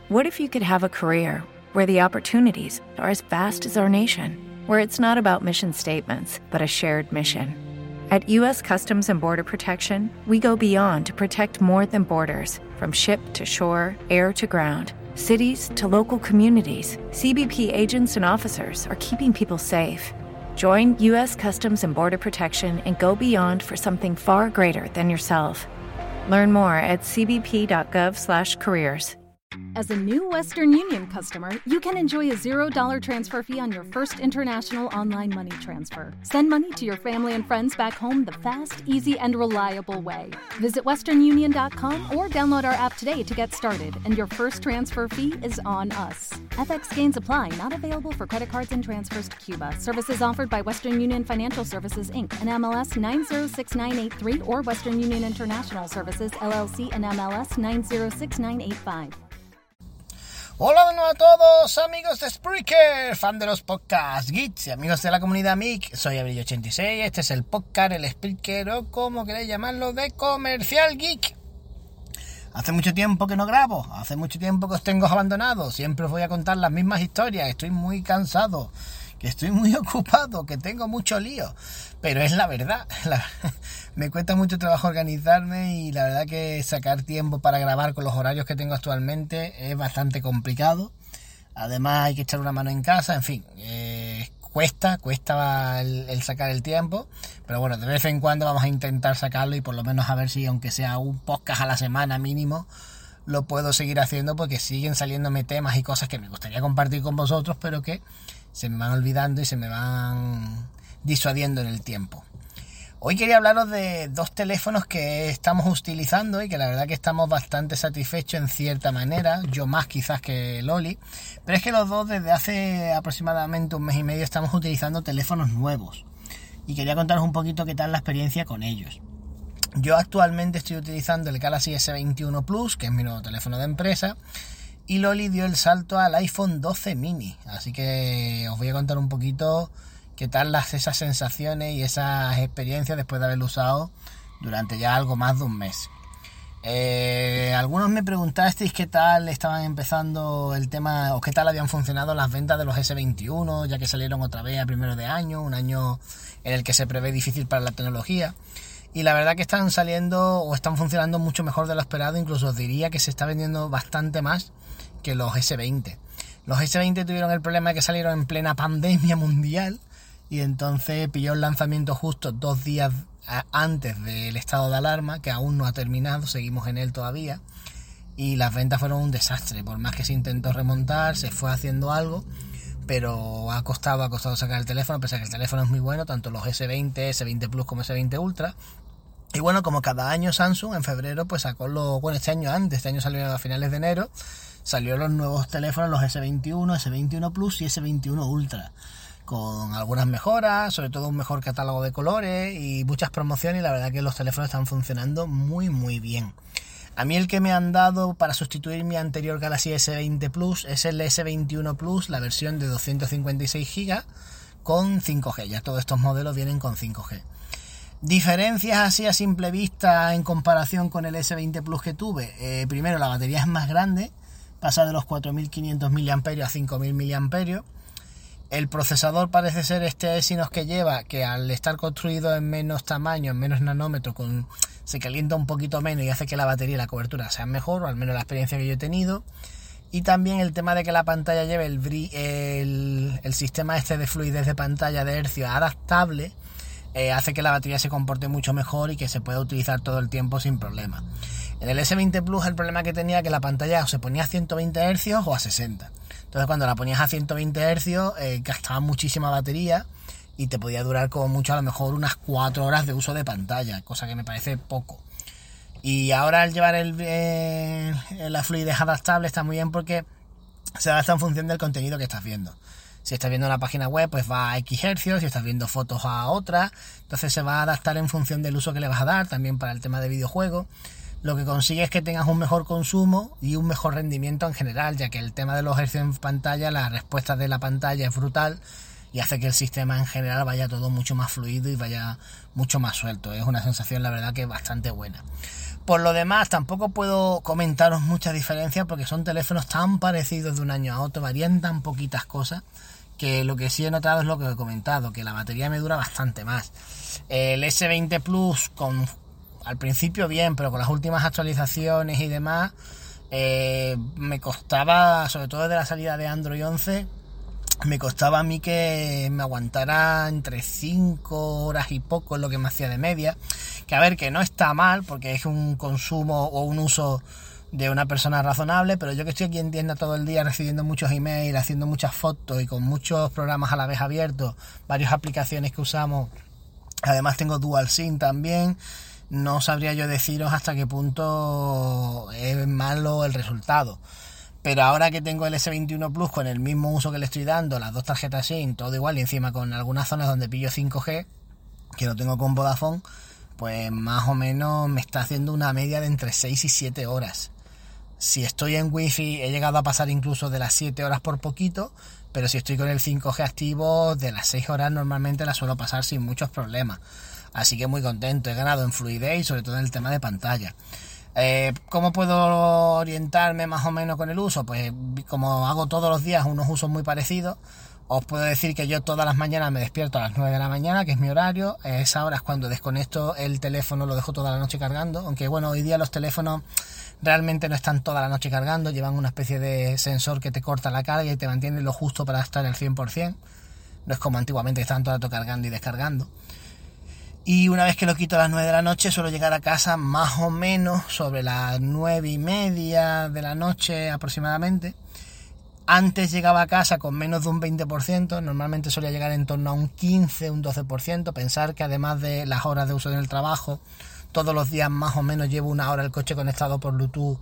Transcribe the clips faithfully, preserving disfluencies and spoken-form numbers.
What if you could have a career where the opportunities are as vast as our nation, where it's not about mission statements, but a shared mission? At U S Customs and Border Protection, we go beyond to protect more than borders. From ship to shore, air to ground, cities to local communities, C B P agents and officers are keeping people safe. Join U S Customs and Border Protection and go beyond for something far greater than yourself. Learn more at c b p dot gov slash careers. As a new Western Union customer, you can enjoy a zero dollar transfer fee on your first international online money transfer. Send money to your family and friends back home the fast, easy, and reliable way. Visit western union dot com or download our app today to get started, and your first transfer fee is on us. F X gains apply, not available for credit cards and transfers to Cuba. Services offered by Western Union Financial Services, Incorporated, and M L S nine zero six nine eight three, or Western Union International Services, L L C, and M L S nine zero six nine eight five. Hola de nuevo a todos, amigos de Spreaker, fan de los podcasts geeks y amigos de la comunidad M I C. Soy Abril ochenta y seis, este es el podcast, el Spreaker o como queréis llamarlo, de Comercial Geek. Hace mucho tiempo que no grabo, hace mucho tiempo que os tengo abandonado, siempre os voy a contar las mismas historias, estoy muy cansado, que estoy muy ocupado, que tengo mucho lío, pero es la verdad, la, me cuesta mucho trabajo organizarme y la verdad que sacar tiempo para grabar con los horarios que tengo actualmente es bastante complicado. Además hay que echar una mano en casa, en fin, eh, cuesta, cuesta el, el sacar el tiempo, pero bueno, de vez en cuando vamos a intentar sacarlo y por lo menos a ver si aunque sea un podcast a la semana mínimo, lo puedo seguir haciendo porque siguen saliéndome temas y cosas que me gustaría compartir con vosotros, pero que se me van olvidando y se me van disuadiendo en el tiempo. Hoy quería hablaros de dos teléfonos que estamos utilizando y que la verdad que estamos bastante satisfechos en cierta manera, yo más quizás que Loli, pero es que los dos desde hace aproximadamente un mes y medio estamos utilizando teléfonos nuevos y quería contaros un poquito qué tal la experiencia con ellos. Yo actualmente estoy utilizando el Galaxy ese veintiuno Plus, que es mi nuevo teléfono de empresa, y Loli dio el salto al iPhone doce mini, así que os voy a contar un poquito qué tal las, esas sensaciones y esas experiencias después de haberlo usado durante ya algo más de un mes. Eh, algunos me preguntasteis qué tal estaban empezando el tema o qué tal habían funcionado las ventas de los ese veintiuno, ya que salieron otra vez a primero de año, un año en el que se prevé difícil para la tecnología. Y la verdad que están saliendo o están funcionando mucho mejor de lo esperado, incluso os diría que se está vendiendo bastante más que los ese veinte. Los ese veinte tuvieron el problema de que salieron en plena pandemia mundial y entonces pilló el lanzamiento justo dos días antes del estado de alarma, que aún no ha terminado, seguimos en él todavía, y las ventas fueron un desastre. Por más que se intentó remontar, se fue haciendo algo, pero ha costado, ha costado sacar el teléfono, pese a que el teléfono es muy bueno, tanto los ese veinte, ese veinte Plus como ese veinte Ultra. Y bueno, como cada año Samsung en febrero pues sacó los, bueno, este año antes, este año salió a finales de enero, salieron los nuevos teléfonos, los ese veintiuno, ese veintiuno Plus y ese veintiuno Ultra, con algunas mejoras, sobre todo un mejor catálogo de colores y muchas promociones, y la verdad que los teléfonos están funcionando muy muy bien. A mí el que me han dado para sustituir mi anterior Galaxy ese veinte Plus es el ese veintiuno Plus, la versión de doscientos cincuenta y seis gigas con cinco G, ya todos estos modelos vienen con cinco G. Diferencias así a simple vista en comparación con el ese veinte Plus que tuve, eh, primero la batería es más grande, pasa de los cuatro mil quinientos miliamperios a cinco mil miliamperios. El procesador parece ser este Exynos que lleva, que al estar construido en menos tamaño, en menos nanómetros, con, se calienta un poquito menos y hace que la batería y la cobertura sean mejor, o al menos la experiencia que yo he tenido. Y también el tema de que la pantalla lleve el, el, el sistema este de fluidez de pantalla de hercios adaptable, eh, hace que la batería se comporte mucho mejor y que se pueda utilizar todo el tiempo sin problema. En el ese veinte Plus el problema que tenía que la pantalla o se ponía a ciento veinte hercios o a sesenta. Entonces cuando la ponías a ciento veinte hercios eh, gastaba muchísima batería y te podía durar como mucho a lo mejor unas cuatro horas de uso de pantalla, cosa que me parece poco. Y ahora al llevar el, eh, la fluidez adaptable está muy bien porque se adapta en función del contenido que estás viendo. Si estás viendo una página web, pues va a X hercios, si estás viendo fotos a otra, entonces se va a adaptar en función del uso que le vas a dar, también para el tema de videojuegos. Lo que consigue es que tengas un mejor consumo y un mejor rendimiento en general, ya que el tema de los hercios en pantalla, la respuesta de la pantalla es brutal y hace que el sistema en general vaya todo mucho más fluido y vaya mucho más suelto. Es una sensación, la verdad, que bastante buena. Por lo demás, tampoco puedo comentaros muchas diferencias porque son teléfonos tan parecidos de un año a otro, varían tan poquitas cosas, que lo que sí he notado es lo que he comentado, que la batería me dura bastante más. El ese veinte Plus, con, al principio bien, pero con las últimas actualizaciones y demás, eh, me costaba, sobre todo desde la salida de Android once, me costaba a mí que me aguantara entre cinco horas y poco, es lo que me hacía de media. Que a ver, que no está mal, porque es un consumo o un uso de una persona razonable, pero yo que estoy aquí en tienda todo el día recibiendo muchos emails, haciendo muchas fotos y con muchos programas a la vez abiertos, varias aplicaciones que usamos, además tengo DualSync también, no sabría yo deciros hasta qué punto es malo el resultado. Pero ahora que tengo el ese veintiuno Plus con el mismo uso que le estoy dando, las dos tarjetas SIM, todo igual, y encima con algunas zonas donde pillo cinco G, que lo tengo con Vodafone, pues más o menos me está haciendo una media de entre seis y siete horas. Si estoy en Wi-Fi he llegado a pasar incluso de las siete horas por poquito, pero si estoy con el cinco G activo, de las seis horas normalmente la suelo pasar sin muchos problemas. Así que muy contento, he ganado en fluidez y sobre todo en el tema de pantalla. Eh, ¿Cómo puedo orientarme más o menos con el uso? Pues como hago todos los días unos usos muy parecidos, os puedo decir que yo todas las mañanas me despierto a las nueve de la mañana, que es mi horario. A esa hora es cuando desconecto el teléfono, lo dejo toda la noche cargando. Aunque bueno, hoy día los teléfonos realmente no están toda la noche cargando, llevan una especie de sensor que te corta la carga y te mantiene lo justo para estar al cien por ciento. No es como antiguamente que estaban todo el rato cargando y descargando. Y una vez que lo quito a las nueve de la noche, suelo llegar a casa más o menos sobre las nueve y media de la noche aproximadamente. Antes llegaba a casa con menos de un veinte por ciento, normalmente solía llegar en torno a un quince, un doce por ciento. Pensar que además de las horas de uso en el trabajo, todos los días más o menos llevo una hora el coche conectado por Bluetooth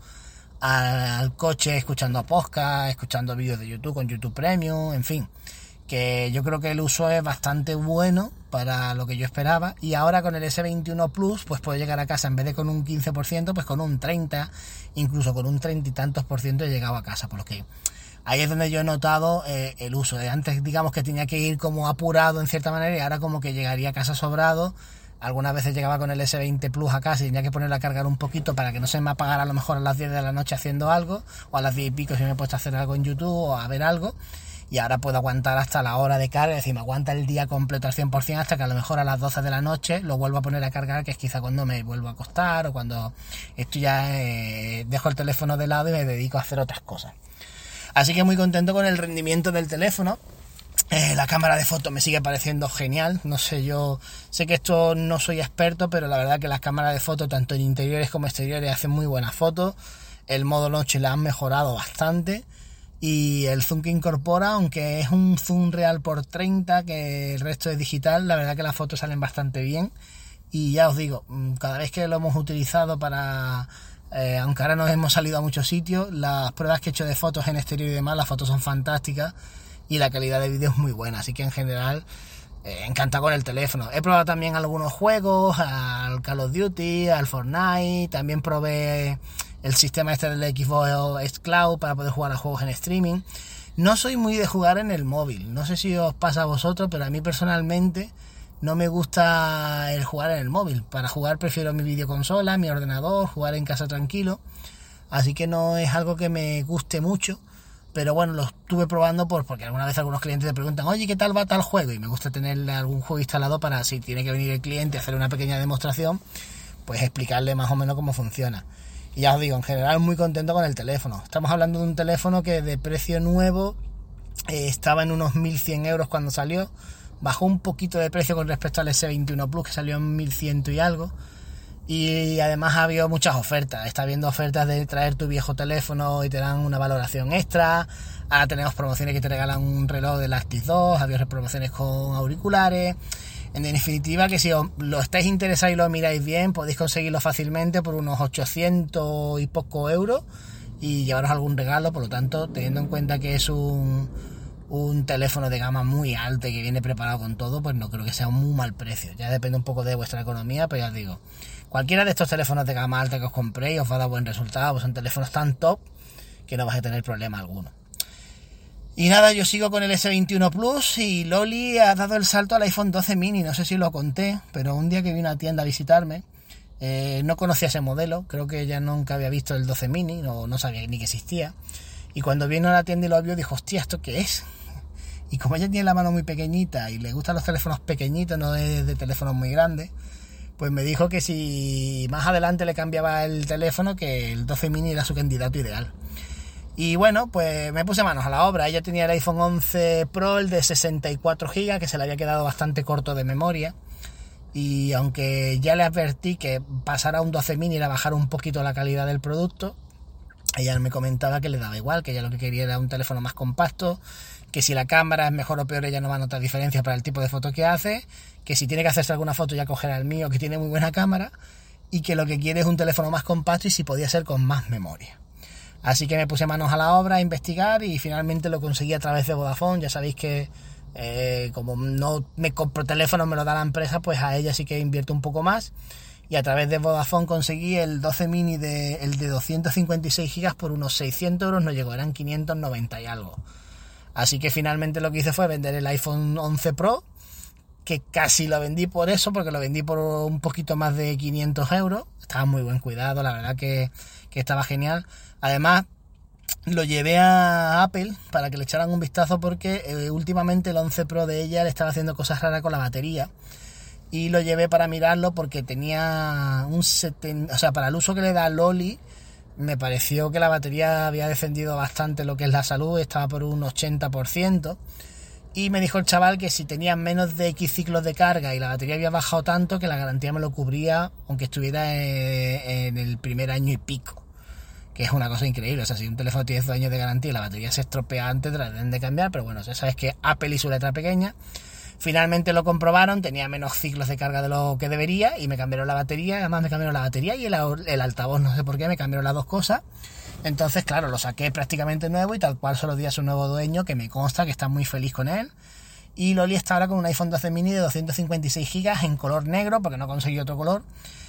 al coche, escuchando podcast, escuchando vídeos de YouTube con YouTube Premium, en fin. Que yo creo que el uso es bastante bueno para lo que yo esperaba. Y ahora con el ese veintiuno Plus, pues puedo llegar a casa en vez de con un quince por ciento, pues con un treinta, incluso con un treinta y tantos por ciento he llegado a casa, por lo que ahí es donde yo he notado eh, el uso. Antes, digamos que tenía que ir como apurado en cierta manera y ahora como que llegaría a casa sobrado. Algunas veces llegaba con el ese veinte Plus a casa y tenía que ponerlo a cargar un poquito para que no se me apagara a lo mejor a las diez de la noche haciendo algo, o a las diez y pico si me he puesto a hacer algo en YouTube o a ver algo. Y ahora puedo aguantar hasta la hora de carga, es decir, me aguanta el día completo al cien por ciento hasta que a lo mejor a las doce de la noche lo vuelvo a poner a cargar, que es quizá cuando me vuelvo a acostar o cuando estoy ya eh, dejo el teléfono de lado y me dedico a hacer otras cosas. Así que muy contento con el rendimiento del teléfono. Eh, la cámara de fotos me sigue pareciendo genial. No sé, yo sé que esto no soy experto, pero la verdad que las cámaras de fotos, tanto en interiores como exteriores, hacen muy buenas fotos. El modo noche la han mejorado bastante. Y el zoom que incorpora, aunque es un zoom real por treinta, que el resto es digital, la verdad que las fotos salen bastante bien. Y ya os digo, cada vez que lo hemos utilizado para... Eh, aunque ahora nos hemos salido a muchos sitios, las pruebas que he hecho de fotos en exterior y demás, las fotos son fantásticas y la calidad de vídeo es muy buena, así que en general eh, encantado con el teléfono. He probado también algunos juegos, al Call of Duty, al Fortnite, también probé el sistema este del Xbox Cloud para poder jugar a juegos en streaming. No soy muy de jugar en el móvil, no sé si os pasa a vosotros, pero a mí personalmente no me gusta el jugar en el móvil. Para jugar prefiero mi videoconsola, mi ordenador, jugar en casa tranquilo. Así que no es algo que me guste mucho. Pero bueno, lo estuve probando por, porque alguna vez algunos clientes te preguntan, oye, ¿qué tal va tal juego? Y me gusta tener algún juego instalado para, si tiene que venir el cliente a hacer una pequeña demostración, pues explicarle más o menos cómo funciona. Y ya os digo, en general muy contento con el teléfono. Estamos hablando de un teléfono que de precio nuevo eh, estaba en unos mil cien euros cuando salió. Bajó un poquito de precio con respecto al ese veintiuno Plus, que salió en mil cien y algo. Y además ha habido muchas ofertas. Está habiendo ofertas de traer tu viejo teléfono y te dan una valoración extra. Ahora tenemos promociones que te regalan un reloj de Lactis dos. Ha habido promociones con auriculares. En definitiva, que si os lo estáis interesados y lo miráis bien, podéis conseguirlo fácilmente por unos ochocientos y poco euros y llevaros algún regalo. Por lo tanto, teniendo en cuenta que es un... un teléfono de gama muy alta y que viene preparado con todo, pues no creo que sea un muy mal precio. Ya depende un poco de vuestra economía, pero ya os digo, cualquiera de estos teléfonos de gama alta que os compréis os va a dar buen resultado, pues son teléfonos tan top que no vais a tener problema alguno. Y nada, yo sigo con el ese veintiuno Plus y Loli ha dado el salto al iPhone doce mini, no sé si lo conté, pero un día que vino a una tienda a visitarme, Eh, no conocía ese modelo, creo que ella nunca había visto el doce mini, no, no sabía ni que existía. Y cuando vino a la tienda y lo vio, dijo, hostia, ¿esto qué es? Y como ella tiene la mano muy pequeñita y le gustan los teléfonos pequeñitos, no es de teléfonos muy grandes, pues me dijo que si más adelante le cambiaba el teléfono, que el doce mini era su candidato ideal. Y bueno, pues me puse manos a la obra. Ella tenía el iPhone once Pro, el de sesenta y cuatro gigas, que se le había quedado bastante corto de memoria. Y aunque ya le advertí que pasar a un doce mini era bajar un poquito la calidad del producto, ella me comentaba que le daba igual, que ella lo que quería era un teléfono más compacto, que si la cámara es mejor o peor ella no va a notar diferencia para el tipo de foto que hace, que si tiene que hacerse alguna foto ya cogerá el mío, que tiene muy buena cámara, y que lo que quiere es un teléfono más compacto y si podía ser con más memoria. Así que me puse manos a la obra a investigar y finalmente lo conseguí a través de Vodafone. Ya sabéis que eh, como no me compro teléfono, me lo da la empresa, pues a ella sí que invierto un poco más. Y a través de Vodafone conseguí el doce mini, de, el de doscientos cincuenta y seis gigas por unos seiscientos euros, no llegó, eran quinientos noventa y algo. Así que finalmente lo que hice fue vender el iPhone once Pro, que casi lo vendí por eso, porque lo vendí por un poquito más de quinientos euros. Estaba muy buen cuidado, la verdad que, que estaba genial. Además, lo llevé a Apple para que le echaran un vistazo porque eh, últimamente el once Pro de ella le estaba haciendo cosas raras con la batería. Y lo llevé para mirarlo porque tenía un setenta... O sea, para el uso que le da Loli, me pareció que la batería había defendido bastante lo que es la salud, estaba por un ochenta por ciento. Y me dijo el chaval que si tenía menos de X ciclos de carga y la batería había bajado tanto, que la garantía me lo cubría aunque estuviera en el primer año y pico. Que es una cosa increíble. O sea, si un teléfono tiene dos años de garantía y la batería se estropea antes, te la deben de cambiar. Pero bueno, ya sabes que Apple y su letra pequeña. Finalmente lo comprobaron, tenía menos ciclos de carga de lo que debería y me cambiaron la batería. Además me cambiaron la batería y el, el altavoz, no sé por qué, me cambiaron las dos cosas. Entonces, claro, lo saqué prácticamente nuevo y tal cual se lo di a su nuevo dueño, que me consta que está muy feliz con él. Y Loli está ahora con un iPhone doce mini de doscientos cincuenta y seis gigas en color negro, porque no conseguí otro color.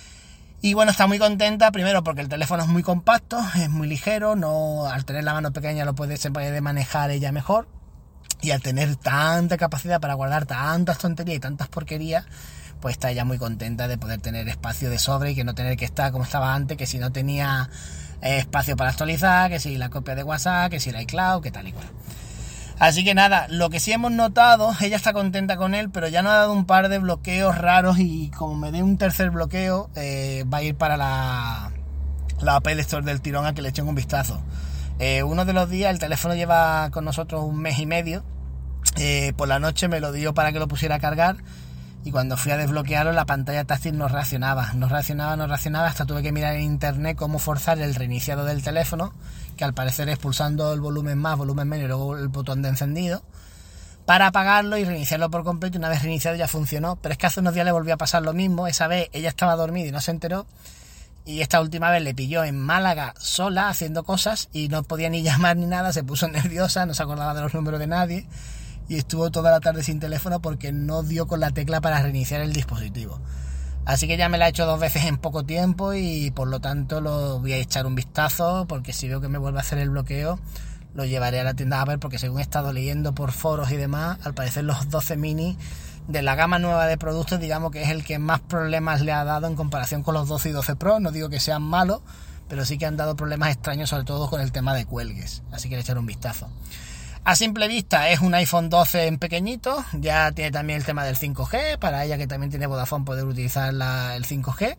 Y bueno, está muy contenta, primero porque el teléfono es muy compacto, es muy ligero, no, al tener la mano pequeña lo puede, se puede manejar ella mejor. Y al tener tanta capacidad para guardar tantas tonterías y tantas porquerías, pues está ella muy contenta de poder tener espacio de sobre y que no tener que estar como estaba antes, que si no tenía eh, espacio para actualizar, que si la copia de WhatsApp, que si la iCloud, que tal y cual. Así que nada, lo que sí hemos notado, ella está contenta con él, pero ya nos ha dado un par de bloqueos raros y como me dé un tercer bloqueo, eh, va a ir para la, la Apple Store del tirón a que le echen un vistazo. Eh, uno de los días, el teléfono lleva con nosotros un mes y medio, eh, por la noche me lo dio para que lo pusiera a cargar y cuando fui a desbloquearlo la pantalla táctil no reaccionaba, no reaccionaba, no reaccionaba, hasta tuve que mirar en internet cómo forzar el reiniciado del teléfono, que al parecer es pulsando el volumen más, volumen menos y luego el botón de encendido, para apagarlo y reiniciarlo por completo. Y una vez reiniciado ya funcionó, pero es que hace unos días le volvió a pasar lo mismo. Esa vez ella estaba dormida y no se enteró, y esta última vez le pilló en Málaga sola haciendo cosas y no podía ni llamar ni nada, se puso nerviosa, no se acordaba de los números de nadie y estuvo toda la tarde sin teléfono porque no dio con la tecla para reiniciar el dispositivo. Así que ya me la he hecho dos veces en poco tiempo y por lo tanto lo voy a echar un vistazo, porque si veo que me vuelve a hacer el bloqueo lo llevaré a la tienda a ver, porque según he estado leyendo por foros y demás, al parecer los doce mini de la gama nueva de productos, digamos que es el que más problemas le ha dado en comparación con los doce y doce Pro. No digo que sean malos, pero sí que han dado problemas extraños, sobre todo con el tema de cuelgues, así que le echaré un vistazo. A simple vista es un iPhone doce en pequeñito, ya tiene también el tema del cinco G, para ella que también tiene Vodafone poder utilizar la, el cinco G.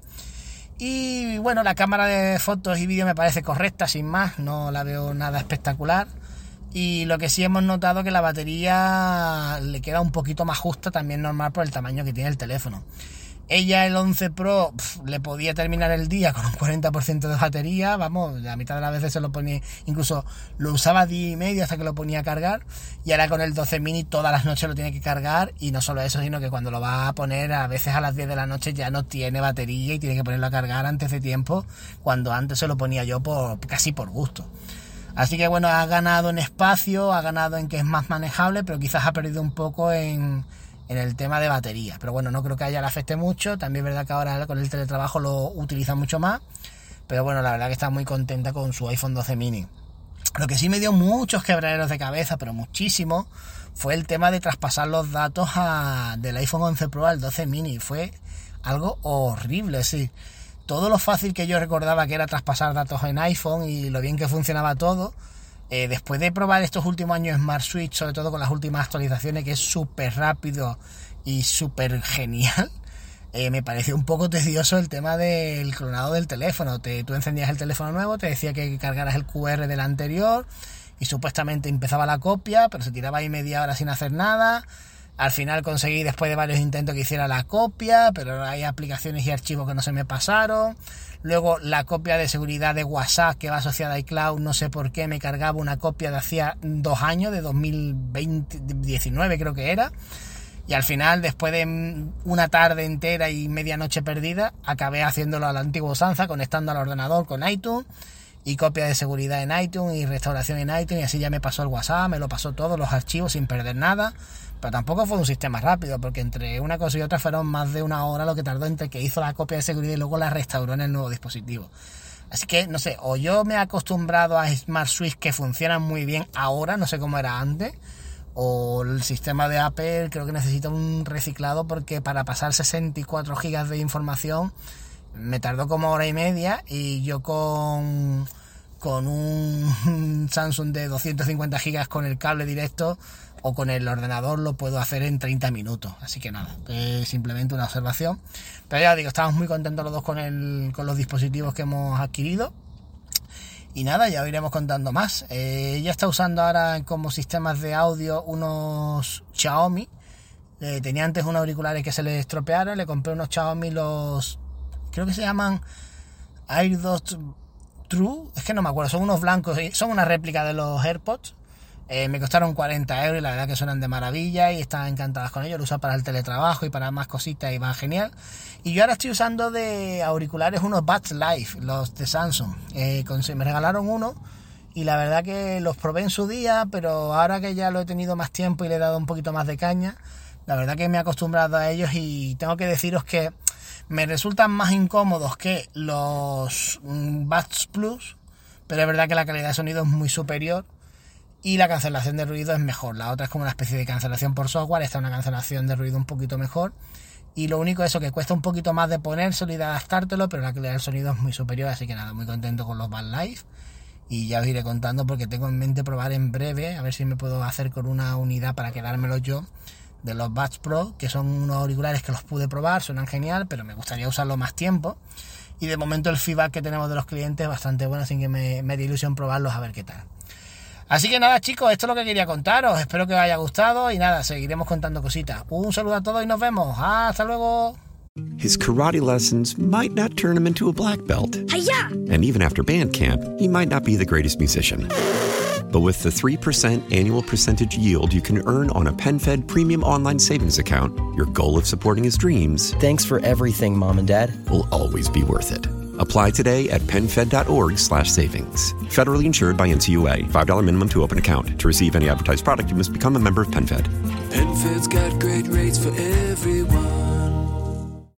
Y bueno, la cámara de fotos y vídeo me parece correcta, sin más, no la veo nada espectacular. Y lo que sí hemos notado que la batería le queda un poquito más justa, también normal por el tamaño que tiene el teléfono. Ella, el once Pro, pf, le podía terminar el día con un cuarenta por ciento de batería, vamos, la mitad de las veces se lo ponía, incluso lo usaba día y medio hasta que lo ponía a cargar, y ahora con el doce mini todas las noches lo tiene que cargar, y no solo eso, sino que cuando lo va a poner a veces a las diez de la noche ya no tiene batería y tiene que ponerlo a cargar antes de tiempo, cuando antes se lo ponía yo por casi por gusto. Así que bueno, ha ganado en espacio, ha ganado en que es más manejable, pero quizás ha perdido un poco en... en el tema de batería, pero bueno, no creo que a ella le afecte mucho. También es verdad que ahora con el teletrabajo lo utiliza mucho más, pero bueno, la verdad que está muy contenta con su iPhone doce mini. Lo que sí me dio muchos quebraderos de cabeza, pero muchísimo, fue el tema de traspasar los datos a, del iPhone once Pro al doce mini. Fue algo horrible, sí. todo lo fácil que yo recordaba que era traspasar datos en iPhone y lo bien que funcionaba todo, eh, después de probar estos últimos años Smart Switch, sobre todo con las últimas actualizaciones, que es súper rápido y súper genial, eh, me pareció un poco tedioso el tema del clonado del teléfono. Te, tú encendías el teléfono nuevo, te decía que cargaras el cu erre del anterior y supuestamente empezaba la copia, pero se tiraba ahí media hora sin hacer nada. Al final conseguí, después de varios intentos, que hiciera la copia, pero hay aplicaciones y archivos que no se me pasaron. Luego la copia de seguridad de WhatsApp, que va asociada a iCloud, no sé por qué me cargaba una copia de hacía dos años, de dos mil veinte, diecinueve creo que era. Y al final, después de una tarde entera y media noche perdida, acabé haciéndolo a la antigua usanza, conectando al ordenador con iTunes, y copia de seguridad en iTunes, y restauración en iTunes, y así ya me pasó el WhatsApp, me lo pasó todos los archivos sin perder nada. Pero tampoco fue un sistema rápido, porque entre una cosa y otra fueron más de una hora lo que tardó entre que hizo la copia de seguridad y luego la restauró en el nuevo dispositivo. Así que, no sé, o yo me he acostumbrado a Smart Switch que funcionan muy bien ahora, no sé cómo era antes, o el sistema de Apple creo que necesita un reciclado, porque para pasar sesenta y cuatro gigas de información me tardó como hora y media, y yo con, con un Samsung de doscientos cincuenta gigas con el cable directo o con el ordenador lo puedo hacer en treinta minutos. Así que nada, es simplemente una observación. Pero ya digo, estamos muy contentos los dos con, el, con los dispositivos que hemos adquirido. Y nada, ya os iremos contando más. Eh, ella está usando ahora como sistemas de audio unos Xiaomi. Eh, tenía antes unos auriculares que se le estropearon. Le compré unos Xiaomi, los... creo que se llaman AirDots True. Es que no me acuerdo, son unos blancos. Son una réplica de los AirPods. Eh, me costaron cuarenta euros y la verdad que suenan de maravilla y están encantadas con ellos. Lo uso para el teletrabajo y para más cositas y va genial. Y yo ahora estoy usando de auriculares unos Buds Live, los de Samsung. Eh, con, me regalaron uno y la verdad que los probé en su día, pero ahora que ya lo he tenido más tiempo y le he dado un poquito más de caña, la verdad que me he acostumbrado a ellos y tengo que deciros que me resultan más incómodos que los Buds Plus, pero es verdad que la calidad de sonido es muy superior. Y la cancelación de ruido es mejor. La otra es como una especie de cancelación por software. Esta es una cancelación de ruido un poquito mejor. Y lo único es eso, que cuesta un poquito más de ponérselo y de adaptártelo, pero la calidad del sonido es muy superior. Así que nada, muy contento con los Buds Live. Y ya os iré contando porque tengo en mente probar en breve, a ver si me puedo hacer con una unidad para quedármelo yo, de los Buds Pro, que son unos auriculares que los pude probar, suenan genial, pero me gustaría usarlo más tiempo. Y de momento el feedback que tenemos de los clientes es bastante bueno, así que me, me da ilusión probarlos a ver qué tal. Así que nada, chicos, esto es lo que quería contaros. Espero que os haya gustado y nada, seguiremos contando cositas. Un saludo a todos y nos vemos. Hasta luego. His karate lessons might not turn him into a black belt. Hi-ya! And even after band camp, he might not be the greatest musician. But with the three percent annual percentage yield you can earn on a PenFed premium online savings account, your goal of supporting his dreams... Thanks for everything, Mom and Dad. ...will always be worth it. Apply today at PenFed.org slash savings. Federally insured by N C U A. five dollars minimum to open account. To receive any advertised product, you must become a member of PenFed. PenFed's got great rates for everyone.